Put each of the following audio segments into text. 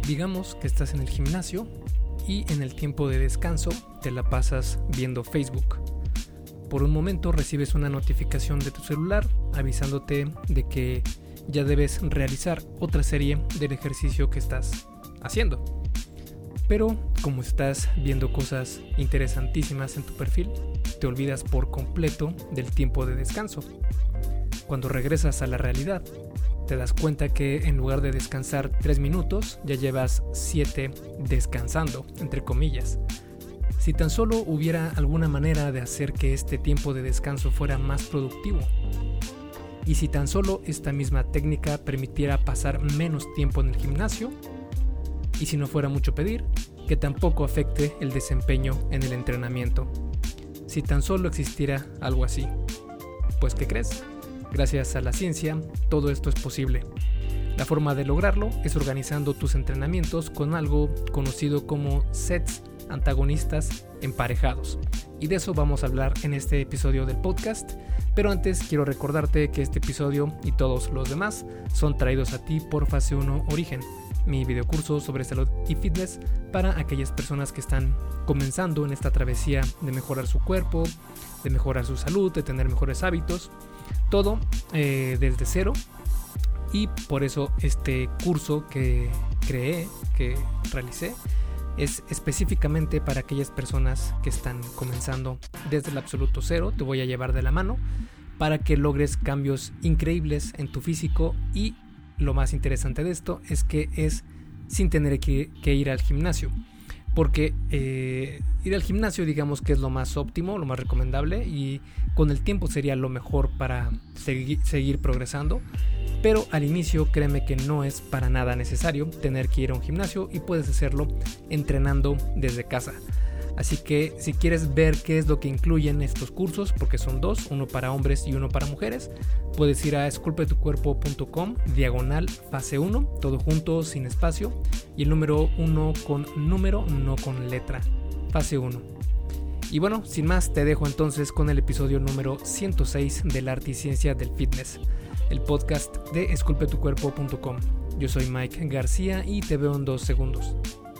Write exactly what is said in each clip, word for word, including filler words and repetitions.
Digamos que estás en el gimnasio y en el tiempo de descanso te la pasas viendo Facebook. Por un momento recibes una notificación de tu celular avisándote de que ya debes realizar otra serie del ejercicio que estás haciendo. Pero como estás viendo cosas interesantísimas en tu perfil, te olvidas por completo del tiempo de descanso. Cuando regresas a la realidad, te das cuenta que en lugar de descansar tres minutos, ya llevas siete descansando, entre comillas. Si tan solo hubiera alguna manera de hacer que este tiempo de descanso fuera más productivo, y si tan solo esta misma técnica permitiera pasar menos tiempo en el gimnasio, y si no fuera mucho pedir, que tampoco afecte el desempeño en el entrenamiento. Si tan solo existiera algo así. Pues, ¿qué crees? Gracias a la ciencia, todo esto es posible. La forma de lograrlo es organizando tus entrenamientos con algo conocido como sets antagonistas emparejados. Y de eso vamos a hablar en este episodio del podcast. Pero antes quiero recordarte que este episodio y todos los demás son traídos a ti por Fase uno Origen, mi videocurso sobre salud y fitness para aquellas personas que están comenzando en esta travesía de mejorar su cuerpo, de mejorar su salud, de tener mejores hábitos. Todo eh, desde cero, y por eso este curso que creé, que realicé, es específicamente para aquellas personas que están comenzando desde el absoluto cero. Te voy a llevar de la mano para que logres cambios increíbles en tu físico, y lo más interesante de esto es que es sin tener que, que ir al gimnasio. Porque eh, ir al gimnasio, digamos que es lo más óptimo, lo más recomendable, y con el tiempo sería lo mejor para segui- seguir progresando. Pero al inicio, créeme que no es para nada necesario tener que ir a un gimnasio, y puedes hacerlo entrenando desde casa. Así que si quieres ver qué es lo que incluyen estos cursos, porque son dos, uno para hombres y uno para mujeres, puedes ir a esculpetucuerpo punto com diagonal fase uno, todo junto, sin espacio, y el número uno con número, no con letra, fase uno. Y bueno, sin más, te dejo entonces con el episodio número ciento seis del Arte y Ciencia del Fitness, el podcast de esculpetucuerpo punto com. Yo soy Mike García y te veo en dos segundos.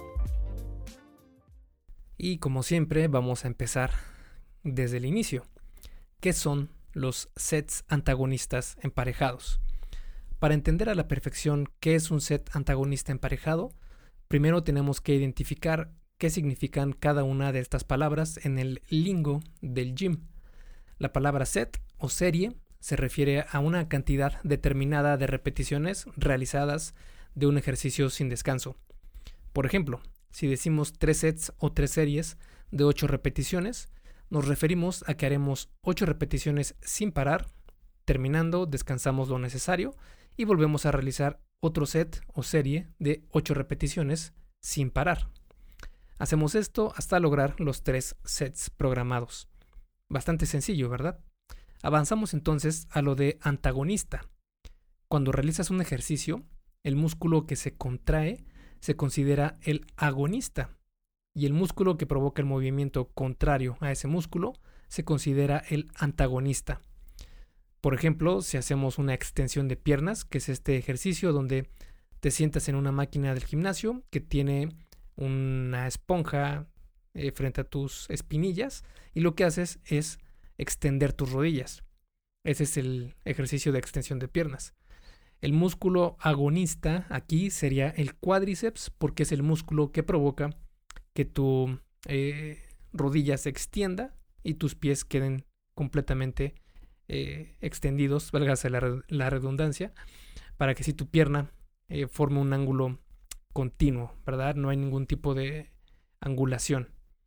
Y como siempre, vamos a empezar desde el inicio. ¿Qué son los sets antagonistas emparejados? Para entender a la perfección qué es un set antagonista emparejado, primero tenemos que identificar qué significan cada una de estas palabras en el lingo del gym. La palabra set o serie se refiere a una cantidad determinada de repeticiones realizadas de un ejercicio sin descanso. Por ejemplo, si decimos tres sets o tres series de ocho repeticiones, nos referimos a que haremos ocho repeticiones sin parar, terminando descansamos lo necesario y volvemos a realizar otro set o serie de ocho repeticiones sin parar. Hacemos esto hasta lograr los tres sets programados. Bastante sencillo, ¿verdad? Avanzamos entonces a lo de antagonista. Cuando realizas un ejercicio, el músculo que se contrae se considera el agonista, y el músculo que provoca el movimiento contrario a ese músculo se considera el antagonista. Por ejemplo, si hacemos una extensión de piernas, que es este ejercicio donde te sientas en una máquina del gimnasio que tiene una esponja eh, frente a tus espinillas, y lo que haces es extender tus rodillas. Ese es el ejercicio de extensión de piernas. El músculo agonista aquí sería el cuádriceps, porque es el músculo que provoca que tu eh, rodilla se extienda y tus pies queden completamente eh, extendidos, válgase la, la redundancia, para que si tu pierna eh, forme un ángulo continuo, ¿verdad? No hay ningún tipo de angulación.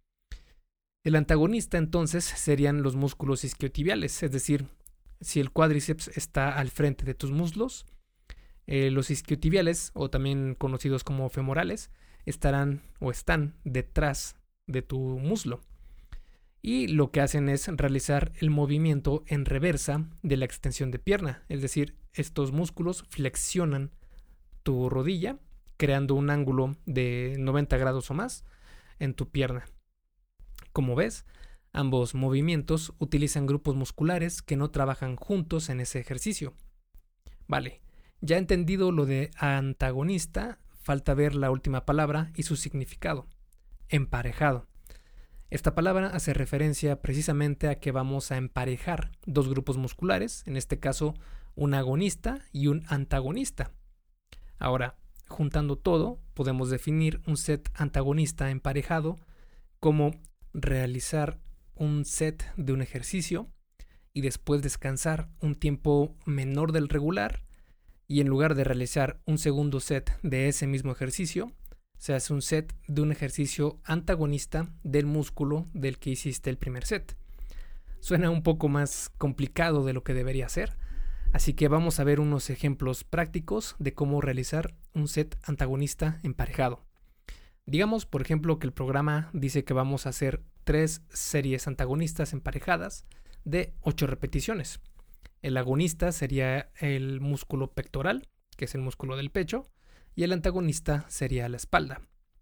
El antagonista entonces serían los músculos isquiotibiales, es decir, si el cuádriceps está al frente de tus muslos, Eh, los isquiotibiales, o también conocidos como femorales, estarán o están detrás de tu muslo, y lo que hacen es realizar el movimiento en reversa de la extensión de pierna, es decir, estos músculos flexionan tu rodilla creando un ángulo de noventa grados o más en tu pierna. Como ves, ambos movimientos utilizan grupos musculares que no trabajan juntos en ese ejercicio. Vale. Ya entendido lo de antagonista, falta ver la última palabra y su significado, emparejado. Esta palabra hace referencia precisamente a que vamos a emparejar dos grupos musculares, en este caso un agonista y un antagonista. Ahora, juntando todo, podemos definir un set antagonista emparejado como realizar un set de un ejercicio y después descansar un tiempo menor del regular, y en lugar de realizar un segundo set de ese mismo ejercicio, se hace un set de un ejercicio antagonista del músculo del que hiciste el primer set. Suena un poco más complicado de lo que debería ser, así que vamos a ver unos ejemplos prácticos de cómo realizar un set antagonista emparejado. Digamos, por ejemplo, que el programa dice que vamos a hacer tres series antagonistas emparejadas de ocho repeticiones. El agonista sería el músculo pectoral, que es el músculo del pecho, y el antagonista sería la espalda.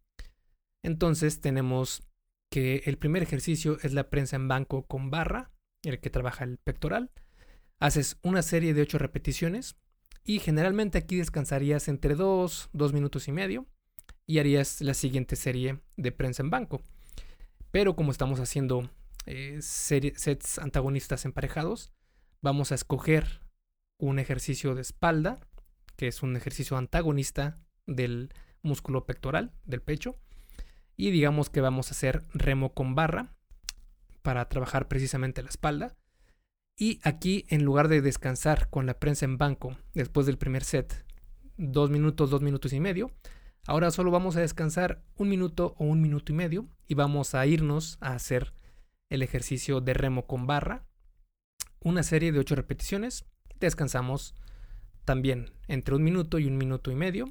Entonces tenemos que el primer ejercicio es la prensa en banco con barra, el que trabaja el pectoral. Haces una serie de ocho repeticiones y generalmente aquí descansarías entre dos, dos minutos y medio y harías la siguiente serie de prensa en banco. Pero como estamos haciendo eh, serie, sets antagonistas emparejados, vamos a escoger un ejercicio de espalda, que es un ejercicio antagonista del músculo pectoral, del pecho, y digamos que vamos a hacer remo con barra para trabajar precisamente la espalda. Y aquí, en lugar de descansar con la prensa en banco después del primer set, dos minutos, dos minutos y medio, ahora solo vamos a descansar un minuto o un minuto y medio y vamos a irnos a hacer el ejercicio de remo con barra, una serie de ocho repeticiones. Descansamos también entre un minuto y un minuto y medio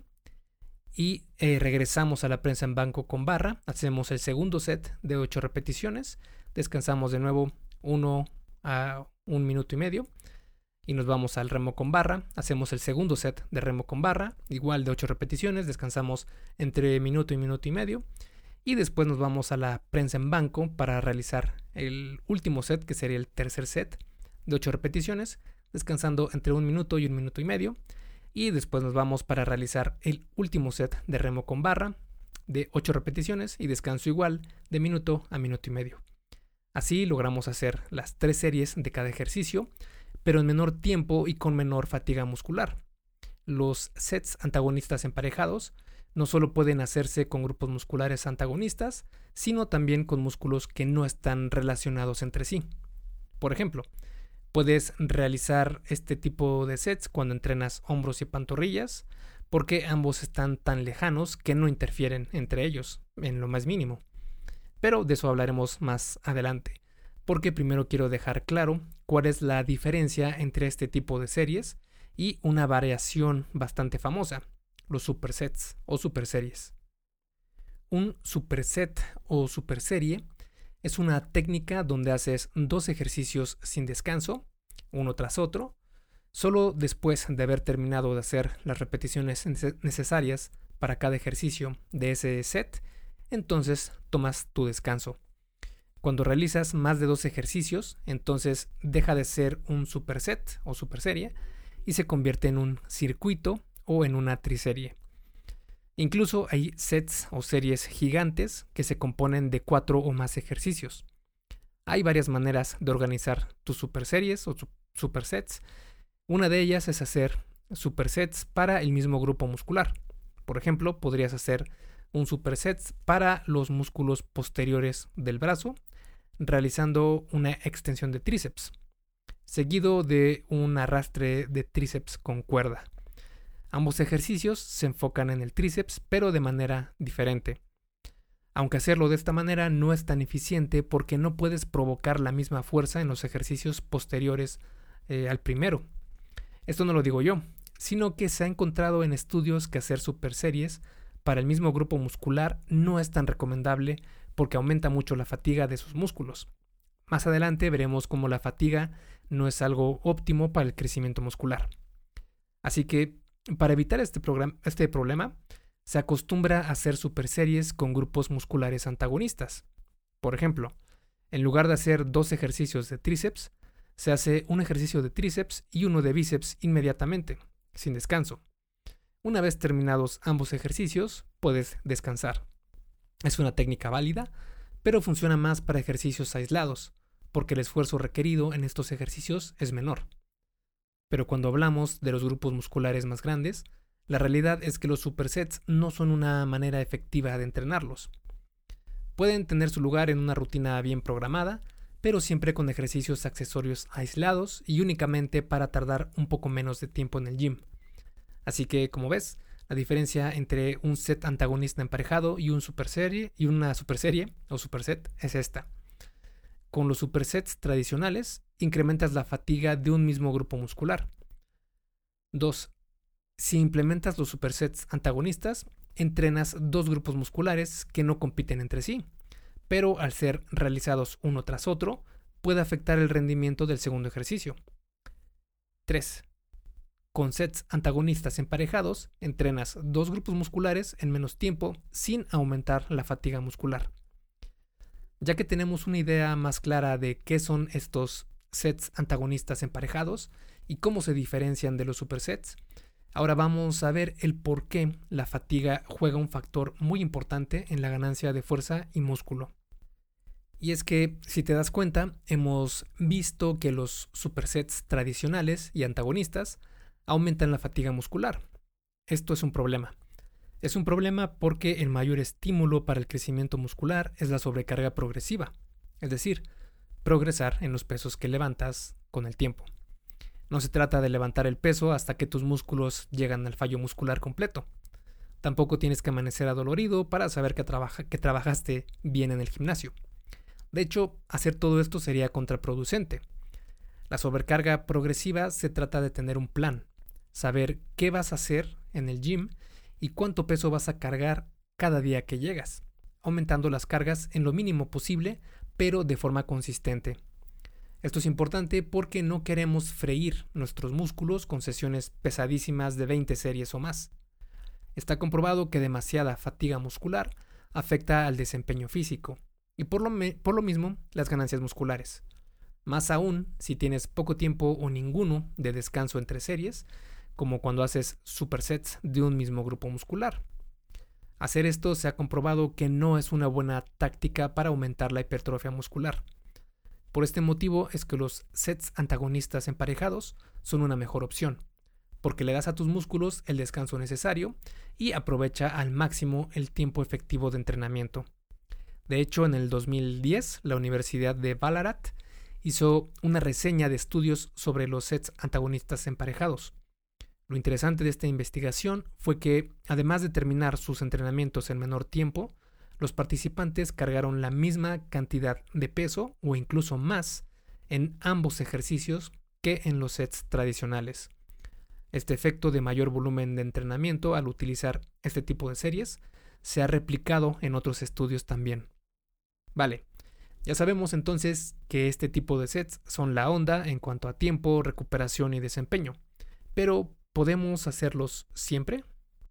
y eh, regresamos a la prensa en banco con barra, hacemos el segundo set de ocho repeticiones, descansamos de nuevo uno a un minuto y medio y nos vamos al remo con barra, hacemos el segundo set de remo con barra, igual de ocho repeticiones, descansamos entre minuto y minuto y medio y después nos vamos a la prensa en banco para realizar el último set, que sería el tercer set de ocho repeticiones, descansando entre un minuto y un minuto y medio, y después nos vamos para realizar el último set de remo con barra de ocho repeticiones y descanso igual de minuto a minuto y medio. Así logramos hacer las tres series de cada ejercicio, pero en menor tiempo y con menor fatiga muscular. Los sets antagonistas emparejados no solo pueden hacerse con grupos musculares antagonistas, sino también con músculos que no están relacionados entre sí. Por ejemplo, puedes realizar este tipo de sets cuando entrenas hombros y pantorrillas, porque ambos están tan lejanos que no interfieren entre ellos en lo más mínimo. Pero de eso hablaremos más adelante, porque primero quiero dejar claro cuál es la diferencia entre este tipo de series y una variación bastante famosa, los supersets o superseries. Un superset o superserie es una técnica donde haces dos ejercicios sin descanso, uno tras otro, solo después de haber terminado de hacer las repeticiones necesarias para cada ejercicio de ese set, entonces tomas tu descanso. Cuando realizas más de dos ejercicios, entonces deja de ser un superset o superserie y se convierte en un circuito o en una triserie. Incluso hay sets o series gigantes que se componen de cuatro o más ejercicios. Hay varias maneras de organizar tus superseries o supersets. Una de ellas es hacer supersets para el mismo grupo muscular. Por ejemplo, podrías hacer un superset para los músculos posteriores del brazo, realizando una extensión de tríceps, seguido de un arrastre de tríceps con cuerda. Ambos ejercicios se enfocan en el tríceps, pero de manera diferente. Aunque hacerlo de esta manera no es tan eficiente porque no puedes provocar la misma fuerza en los ejercicios posteriores eh, al primero. Esto no lo digo yo, sino que se ha encontrado en estudios que hacer superseries para el mismo grupo muscular no es tan recomendable porque aumenta mucho la fatiga de sus músculos. Más adelante veremos cómo la fatiga no es algo óptimo para el crecimiento muscular. Así que, para evitar este, este problema, se acostumbra a hacer superseries con grupos musculares antagonistas. Por ejemplo, en lugar de hacer dos ejercicios de tríceps, se hace un ejercicio de tríceps y uno de bíceps inmediatamente, sin descanso. Una vez terminados ambos ejercicios, puedes descansar. Es una técnica válida, pero funciona más para ejercicios aislados, porque el esfuerzo requerido en estos ejercicios es menor. Pero cuando hablamos de los grupos musculares más grandes, la realidad es que los supersets no son una manera efectiva de entrenarlos. Pueden tener su lugar en una rutina bien programada, pero siempre con ejercicios accesorios aislados y únicamente para tardar un poco menos de tiempo en el gym. Así que, como ves, la diferencia entre un set antagonista emparejado y un superserie y una superserie o superset es esta. Con los supersets tradicionales, incrementas la fatiga de un mismo grupo muscular. dos. Si implementas los supersets antagonistas, entrenas dos grupos musculares que no compiten entre sí, pero al ser realizados uno tras otro, puede afectar el rendimiento del segundo ejercicio. tres. Con sets antagonistas emparejados, entrenas dos grupos musculares en menos tiempo sin aumentar la fatiga muscular. Ya que tenemos una idea más clara de qué son estos sets antagonistas emparejados y cómo se diferencian de los supersets, ahora vamos a ver el por qué la fatiga juega un factor muy importante en la ganancia de fuerza y músculo. Y es que, si te das cuenta, hemos visto que los supersets tradicionales y antagonistas aumentan la fatiga muscular. Esto es un problema. Es un problema porque el mayor estímulo para el crecimiento muscular es la sobrecarga progresiva, es decir, progresar en los pesos que levantas con el tiempo. No se trata de levantar el peso hasta que tus músculos llegan al fallo muscular completo. Tampoco tienes que amanecer adolorido para saber que, trabaja, que trabajaste bien en el gimnasio. De hecho, hacer todo esto sería contraproducente. La sobrecarga progresiva se trata de tener un plan, saber qué vas a hacer en el gym y cuánto peso vas a cargar cada día que llegas, aumentando las cargas en lo mínimo posible, pero de forma consistente. Esto es importante porque no queremos freír nuestros músculos con sesiones pesadísimas de veinte series o más. Está comprobado que demasiada fatiga muscular afecta al desempeño físico y por lo, me- por lo mismo las ganancias musculares. Más aún si tienes poco tiempo o ninguno de descanso entre series, como cuando haces supersets de un mismo grupo muscular. Hacer esto se ha comprobado que no es una buena táctica para aumentar la hipertrofia muscular. Por este motivo es que los sets antagonistas emparejados son una mejor opción, porque le das a tus músculos el descanso necesario y aprovecha al máximo el tiempo efectivo de entrenamiento. De hecho, en el dos mil diez, la Universidad de Ballarat hizo una reseña de estudios sobre los sets antagonistas emparejados. Lo interesante de esta investigación fue que, además de terminar sus entrenamientos en menor tiempo, los participantes cargaron la misma cantidad de peso o incluso más en ambos ejercicios que en los sets tradicionales. Este efecto de mayor volumen de entrenamiento al utilizar este tipo de series se ha replicado en otros estudios también. Vale, ya sabemos entonces que este tipo de sets son la onda en cuanto a tiempo, recuperación y desempeño, pero ¿podemos hacerlos siempre?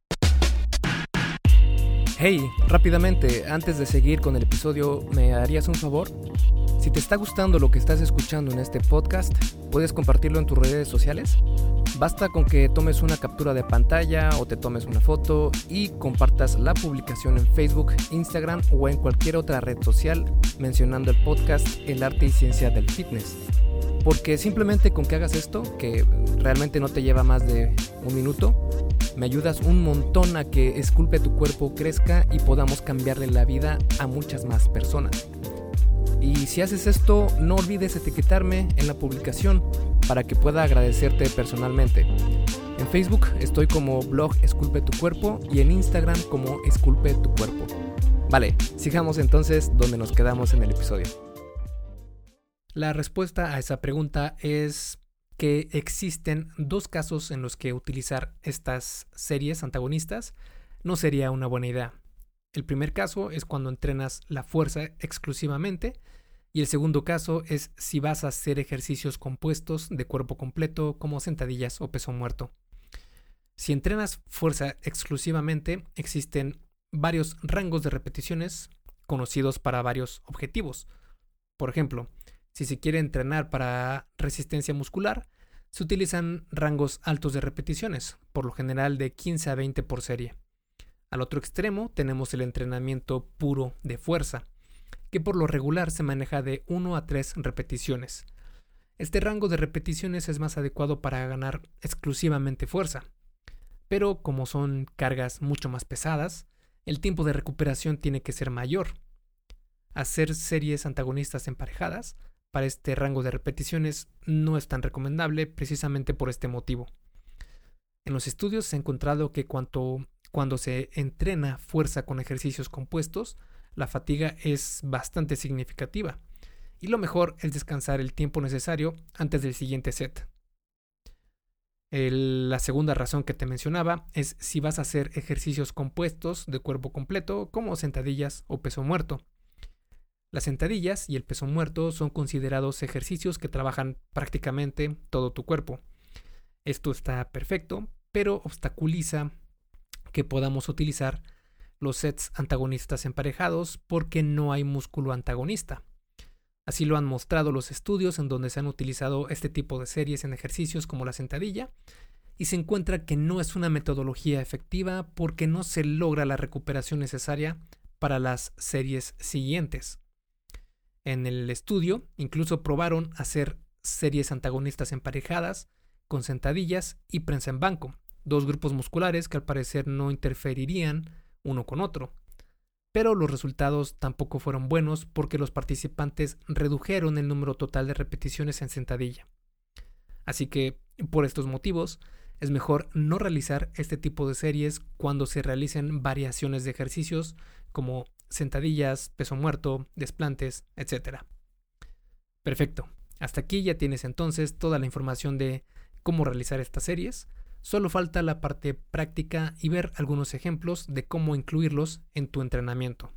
Hey, rápidamente, antes de seguir con el episodio, ¿me harías un favor? Si te está gustando lo que estás escuchando en este podcast, ¿puedes compartirlo en tus redes sociales? Basta con que tomes una captura de pantalla o te tomes una foto y compartas la publicación en Facebook, Instagram o en cualquier otra red social mencionando el podcast El Arte y Ciencia del Fitness. Porque simplemente con que hagas esto, que realmente no te lleva más de un minuto, me ayudas un montón a que Esculpe tu Cuerpo crezca y podamos cambiarle la vida a muchas más personas. Y si haces esto, no olvides etiquetarme en la publicación para que pueda agradecerte personalmente. En Facebook estoy como blog Esculpe tu Cuerpo y en Instagram como Esculpe tu Cuerpo. Vale, sigamos entonces donde nos quedamos en el episodio. La respuesta a esa pregunta es que existen dos casos en los que utilizar estas series antagonistas no sería una buena idea. El primer caso es cuando entrenas la fuerza exclusivamente y el segundo caso es si vas a hacer ejercicios compuestos de cuerpo completo como sentadillas o peso muerto. Si entrenas fuerza exclusivamente, existen varios rangos de repeticiones conocidos para varios objetivos. Por ejemplo, si se quiere entrenar para resistencia muscular, Se utilizan rangos altos de repeticiones, por lo general de quince a veinte por serie. Al otro extremo tenemos el entrenamiento puro de fuerza, que por lo regular se maneja de uno a tres repeticiones. Este rango de repeticiones es más adecuado para ganar exclusivamente fuerza, pero como son cargas mucho más pesadas, el tiempo de recuperación tiene que ser mayor. Hacer series antagonistas emparejadas para este rango de repeticiones no es tan recomendable precisamente por este motivo. En los estudios se ha encontrado que cuanto, cuando se entrena fuerza con ejercicios compuestos, la fatiga es bastante significativa y lo mejor es descansar el tiempo necesario antes del siguiente set. El, la segunda razón que te mencionaba es si vas a hacer ejercicios compuestos de cuerpo completo como sentadillas o peso muerto. Las sentadillas y el peso muerto son considerados ejercicios que trabajan prácticamente todo tu cuerpo. Esto está perfecto, pero obstaculiza que podamos utilizar los sets antagonistas emparejados porque no hay músculo antagonista. Así lo han mostrado los estudios en donde se han utilizado este tipo de series en ejercicios como la sentadilla, y se encuentra que no es una metodología efectiva porque no se logra la recuperación necesaria para las series siguientes. En el estudio incluso probaron hacer series antagonistas emparejadas con sentadillas y prensa en banco, dos grupos musculares que al parecer no interferirían uno con otro. Pero los resultados tampoco fueron buenos porque los participantes redujeron el número total de repeticiones en sentadilla. Así que, por estos motivos, es mejor no realizar este tipo de series cuando se realicen variaciones de ejercicios como sentadillas, peso muerto, desplantes, etcétera. Perfecto. Hasta aquí ya tienes entonces toda la información de cómo realizar estas series. Solo falta la parte práctica y ver algunos ejemplos de cómo incluirlos en tu entrenamiento.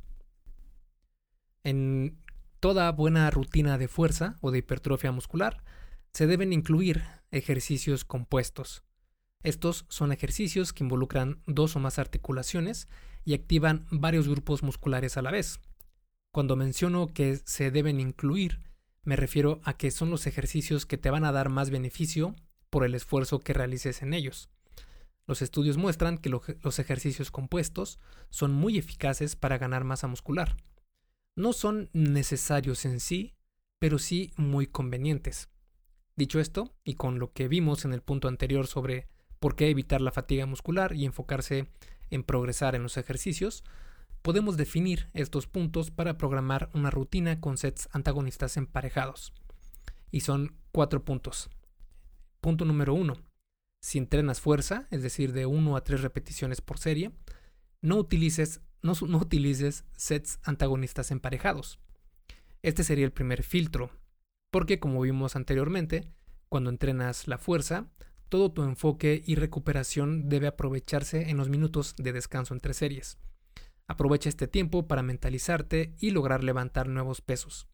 En toda buena rutina de fuerza o de hipertrofia muscular se deben incluir ejercicios compuestos. Estos son ejercicios que involucran dos o más articulaciones y activan varios grupos musculares a la vez. Cuando menciono que se deben incluir, me refiero a que son los ejercicios que te van a dar más beneficio por el esfuerzo que realices en ellos. Los estudios muestran que lo, los ejercicios compuestos son muy eficaces para ganar masa muscular. No son necesarios en sí, pero sí muy convenientes. Dicho esto, y con lo que vimos en el punto anterior sobre por qué evitar la fatiga muscular y enfocarse en progresar en los ejercicios, podemos definir estos puntos para programar una rutina con sets antagonistas emparejados. Y son cuatro puntos. Punto número uno. Si entrenas fuerza, es decir, de uno a tres repeticiones por serie, no utilices, no, no utilices sets antagonistas emparejados. Este sería el primer filtro, porque como vimos anteriormente, cuando entrenas la fuerza, todo tu enfoque y recuperación debe aprovecharse en los minutos de descanso entre series. Aprovecha este tiempo para mentalizarte y lograr levantar nuevos pesos.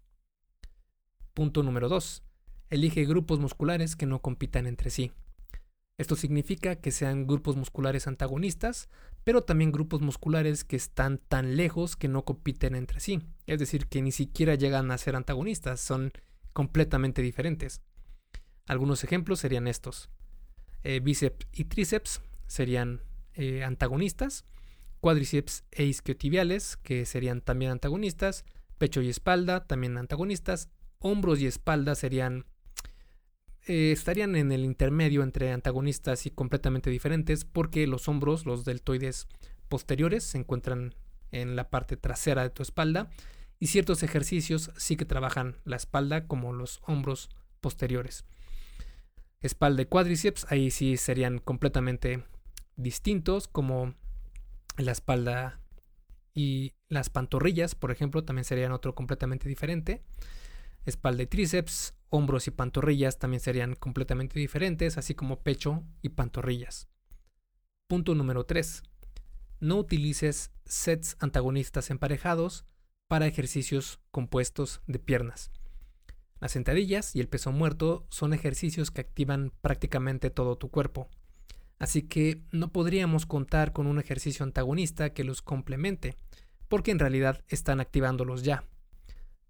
Punto número dos. Elige grupos musculares que no compitan entre sí. Esto significa que sean grupos musculares antagonistas, pero también grupos musculares que están tan lejos que no compiten entre sí. Es decir, que ni siquiera llegan a ser antagonistas, son completamente diferentes. Algunos ejemplos serían estos. Eh, bíceps y tríceps serían eh, antagonistas, cuádriceps e isquiotibiales, que serían también antagonistas, pecho y espalda, también antagonistas, hombros y espalda serían eh, estarían en el intermedio entre antagonistas y completamente diferentes, porque los hombros, los deltoides posteriores, se encuentran en la parte trasera de tu espalda, y ciertos ejercicios sí que trabajan la espalda, como los hombros posteriores. Espalda y cuádriceps, ahí sí serían completamente distintos, como la espalda y las pantorrillas, por ejemplo, también serían otro completamente diferente. Espalda y tríceps, hombros y pantorrillas también serían completamente diferentes, así como pecho y pantorrillas. Punto número tres. No utilices sets antagonistas emparejados para ejercicios compuestos de piernas. Las sentadillas y el peso muerto son ejercicios que activan prácticamente todo tu cuerpo, así que no podríamos contar con un ejercicio antagonista que los complemente, porque en realidad están activándolos ya.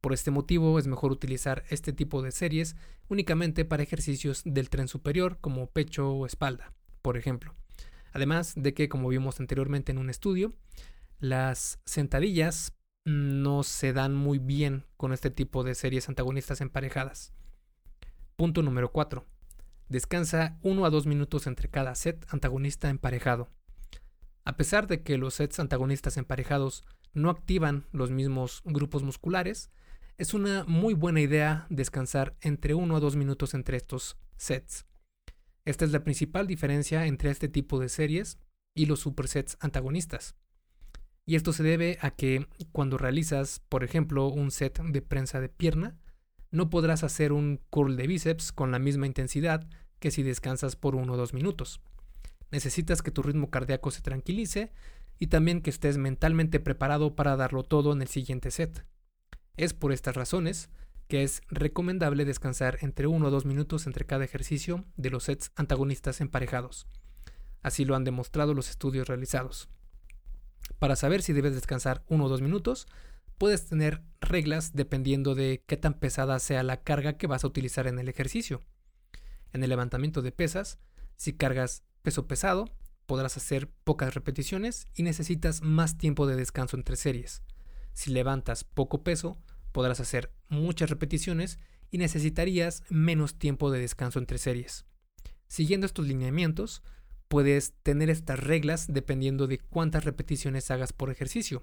Por este motivo es mejor utilizar este tipo de series únicamente para ejercicios del tren superior como pecho o espalda, por ejemplo. Además de que, como vimos anteriormente en un estudio, las sentadillas no se dan muy bien con este tipo de series antagonistas emparejadas. Punto número cuatro. Descansa uno a dos minutos entre cada set antagonista emparejado. A pesar de que los sets antagonistas emparejados no activan los mismos grupos musculares, es una muy buena idea descansar entre uno a dos minutos entre estos sets. Esta es la principal diferencia entre este tipo de series y los supersets antagonistas. Y esto se debe a que cuando realizas, por ejemplo, un set de prensa de pierna, no podrás hacer un curl de bíceps con la misma intensidad que si descansas por uno o dos minutos. Necesitas que tu ritmo cardíaco se tranquilice y también que estés mentalmente preparado para darlo todo en el siguiente set. Es por estas razones que es recomendable descansar entre uno o dos minutos entre cada ejercicio de los sets antagonistas emparejados. Así lo han demostrado los estudios realizados. Para saber si debes descansar uno o dos minutos, puedes tener reglas dependiendo de qué tan pesada sea la carga que vas a utilizar en el ejercicio. En el levantamiento de pesas, si cargas peso pesado, podrás hacer pocas repeticiones y necesitas más tiempo de descanso entre series. Si levantas poco peso, podrás hacer muchas repeticiones y necesitarías menos tiempo de descanso entre series. Siguiendo estos lineamientos, puedes tener estas reglas dependiendo de cuántas repeticiones hagas por ejercicio.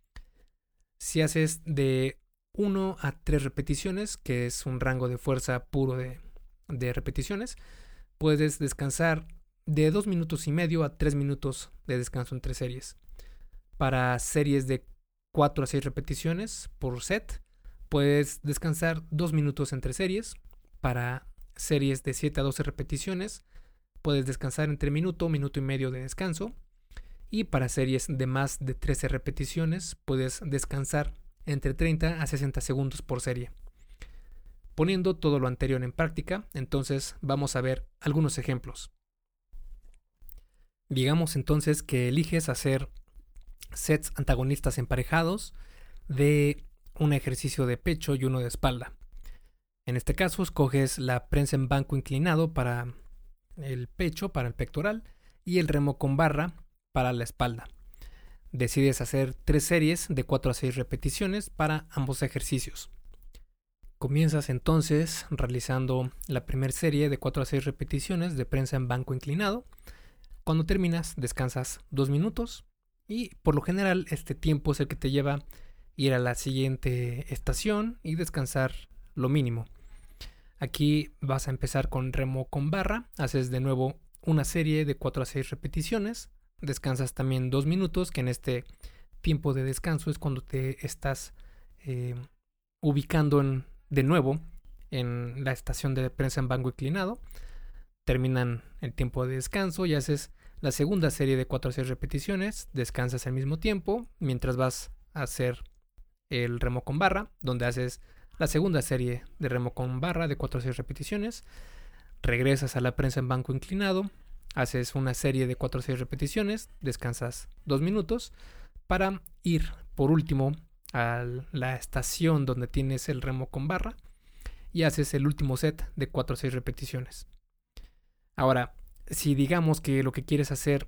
Si haces de uno a tres repeticiones, que es un rango de fuerza puro de, de repeticiones, puedes descansar de dos minutos y medio a tres minutos de descanso entre series. Para series de cuatro a seis repeticiones por set, puedes descansar dos minutos entre series. Para series de siete a doce repeticiones, puedes descansar entre minuto, minuto y medio de descanso. Y para series de más de trece repeticiones, puedes descansar entre treinta a sesenta segundos por serie. Poniendo todo lo anterior en práctica, entonces vamos a ver algunos ejemplos. Digamos entonces que eliges hacer sets antagonistas emparejados de un ejercicio de pecho y uno de espalda. En este caso escoges la prensa en banco inclinado para el pecho, para el pectoral, y el remo con barra para la espalda. Decides hacer tres series de cuatro a seis repeticiones para ambos ejercicios. Comienzas entonces realizando la primera serie de cuatro a seis repeticiones de prensa en banco inclinado. Cuando terminas, descansas dos minutos y por lo general este tiempo es el que te lleva ir a la siguiente estación y descansar lo mínimo. Aquí vas a empezar con remo con barra, haces de nuevo una serie de cuatro a seis repeticiones, descansas también dos minutos, que en este tiempo de descanso es cuando te estás eh, ubicando en, de nuevo en la estación de prensa en banco inclinado. Terminan el tiempo de descanso y haces la segunda serie de cuatro a seis repeticiones, descansas al mismo tiempo mientras vas a hacer el remo con barra, donde haces la segunda serie de remo con barra de cuatro a seis repeticiones, regresas a la prensa en banco inclinado, haces una serie de cuatro a seis repeticiones, descansas dos minutos para ir por último a la estación donde tienes el remo con barra y haces el último set de cuatro a seis repeticiones. Ahora, si digamos que lo que quieres hacer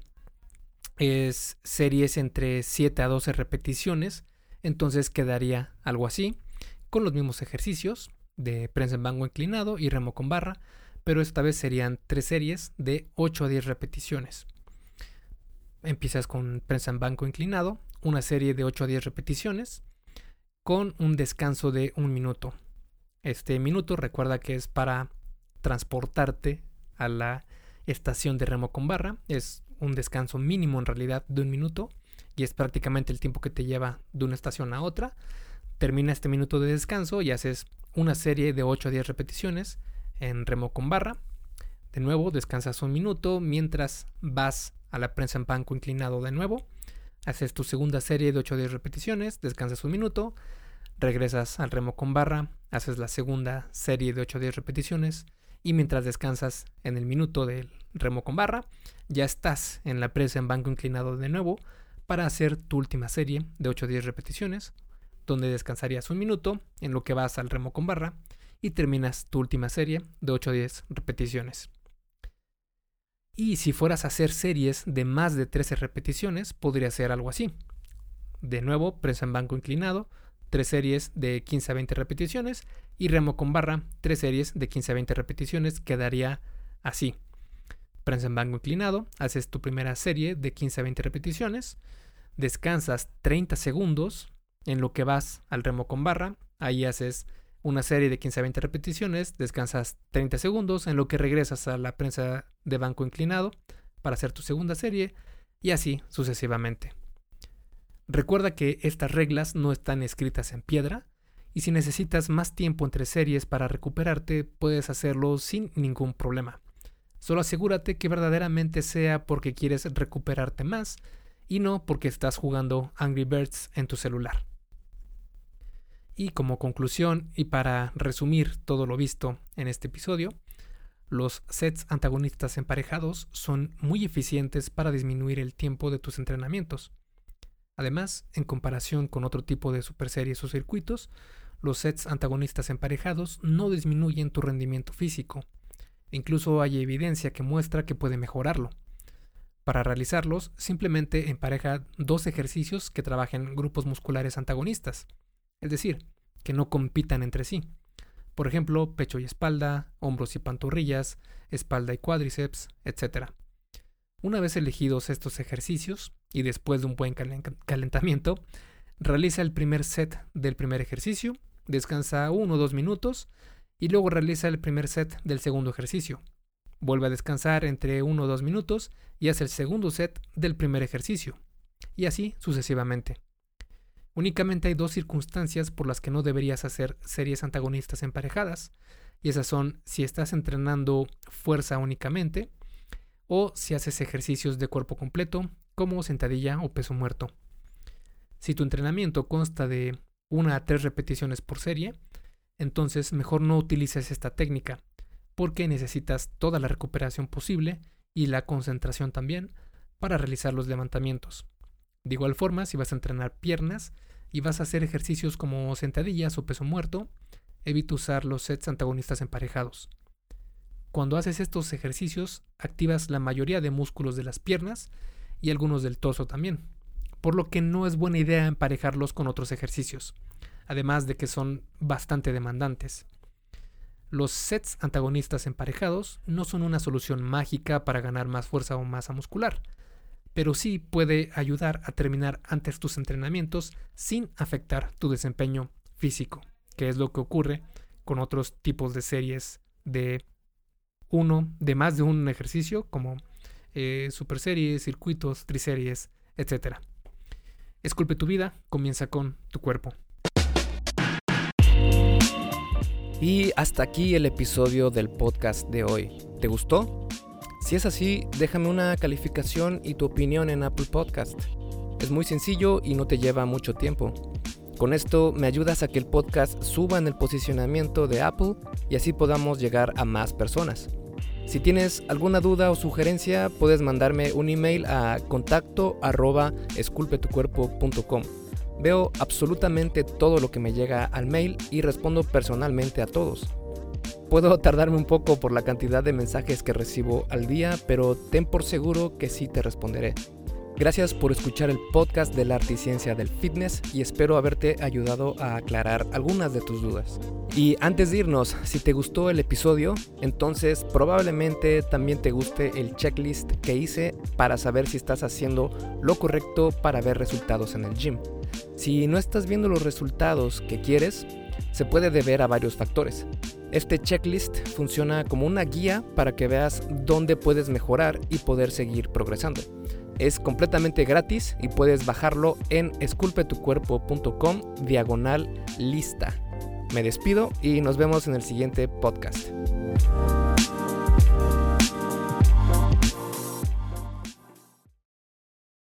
es series entre siete a doce repeticiones, entonces quedaría algo así, con los mismos ejercicios de prensa en banco inclinado y remo con barra, pero esta vez serían tres series de ocho a diez repeticiones. Empiezas con prensa en banco inclinado, una serie de ocho a diez repeticiones, con un descanso de un minuto. Este minuto recuerda que es para transportarte a la estación de remo con barra. Es un descanso mínimo en realidad de un minuto y es prácticamente el tiempo que te lleva de una estación a otra. Termina este minuto de descanso y haces una serie de ocho a diez repeticiones en remo con barra. De nuevo descansas un minuto mientras vas a la prensa en banco inclinado de nuevo. Haces tu segunda serie de ocho a diez repeticiones, descansas un minuto, regresas al remo con barra, haces la segunda serie de ocho a diez repeticiones y mientras descansas en el minuto del remo con barra, ya estás en la prensa en banco inclinado de nuevo para hacer tu última serie de ocho a diez repeticiones. donde descansarías un minuto en lo que vas al remo con barra y terminas tu última serie de ocho a diez repeticiones. Y si fueras a hacer series de más de trece repeticiones, podría ser algo así. De nuevo, presa en banco inclinado, tres series de quince a veinte repeticiones y remo con barra, tres series de quince a veinte repeticiones, quedaría así. Prensa en banco inclinado, haces tu primera serie de quince a veinte repeticiones, descansas treinta segundos en lo que vas al remo con barra, ahí haces una serie de quince a veinte repeticiones, descansas treinta segundos en lo que regresas a la prensa de banco inclinado para hacer tu segunda serie y así sucesivamente. Recuerda que estas reglas no están escritas en piedra y si necesitas más tiempo entre series para recuperarte, puedes hacerlo sin ningún problema. Solo asegúrate que verdaderamente sea porque quieres recuperarte más y no porque estás jugando Angry Birds en tu celular. Y como conclusión y para resumir todo lo visto en este episodio, los sets antagonistas emparejados son muy eficientes para disminuir el tiempo de tus entrenamientos. Además, en comparación con otro tipo de superseries o circuitos, los sets antagonistas emparejados no disminuyen tu rendimiento físico. Incluso hay evidencia que muestra que puede mejorarlo. Para realizarlos, simplemente empareja dos ejercicios que trabajen grupos musculares antagonistas, es decir, que no compitan entre sí. Por ejemplo, pecho y espalda, hombros y pantorrillas, espalda y cuádriceps, etcétera. Una vez elegidos estos ejercicios y después de un buen calentamiento, realiza el primer set del primer ejercicio, descansa uno o dos minutos y luego realiza el primer set del segundo ejercicio. Vuelve a descansar entre uno o dos minutos y hace el segundo set del primer ejercicio. Y así sucesivamente. Únicamente hay dos circunstancias por las que no deberías hacer series antagonistas emparejadas, y esas son si estás entrenando fuerza únicamente o si haces ejercicios de cuerpo completo como sentadilla o peso muerto. Si tu entrenamiento consta de una a tres repeticiones por serie, entonces mejor no utilices esta técnica, porque necesitas toda la recuperación posible y la concentración también para realizar los levantamientos. De igual forma, si vas a entrenar piernas y vas a hacer ejercicios como sentadillas o peso muerto, evita usar los sets antagonistas emparejados. Cuando haces estos ejercicios, activas la mayoría de músculos de las piernas y algunos del torso también, por lo que no es buena idea emparejarlos con otros ejercicios, además de que son bastante demandantes. Los sets antagonistas emparejados no son una solución mágica para ganar más fuerza o masa muscular, pero sí puede ayudar a terminar antes tus entrenamientos sin afectar tu desempeño físico, que es lo que ocurre con otros tipos de series de uno, de más de un ejercicio, como eh, superseries, circuitos, triseries, etcétera. Esculpe tu vida, comienza con tu cuerpo. Y hasta aquí el episodio del podcast de hoy. ¿Te gustó? Si es así, déjame una calificación y tu opinión en Apple Podcast. Es muy sencillo y no te lleva mucho tiempo. Con esto me ayudas a que el podcast suba en el posicionamiento de Apple y así podamos llegar a más personas. Si tienes alguna duda o sugerencia, puedes mandarme un email a contacto arroba esculpetucuerpo punto com. Veo absolutamente todo lo que me llega al mail y respondo personalmente a todos. Puedo tardarme un poco por la cantidad de mensajes que recibo al día, pero ten por seguro que sí te responderé. Gracias por escuchar el podcast del arte y ciencia del fitness y espero haberte ayudado a aclarar algunas de tus dudas. Y antes de irnos, si te gustó el episodio, entonces probablemente también te guste el checklist que hice para saber si estás haciendo lo correcto para ver resultados en el gym. Si no estás viendo los resultados que quieres, se puede deber a varios factores. Este checklist funciona como una guía para que veas dónde puedes mejorar y poder seguir progresando. Es completamente gratis y puedes bajarlo en esculpetucuerpo punto com diagonal lista. Me despido y nos vemos en el siguiente podcast.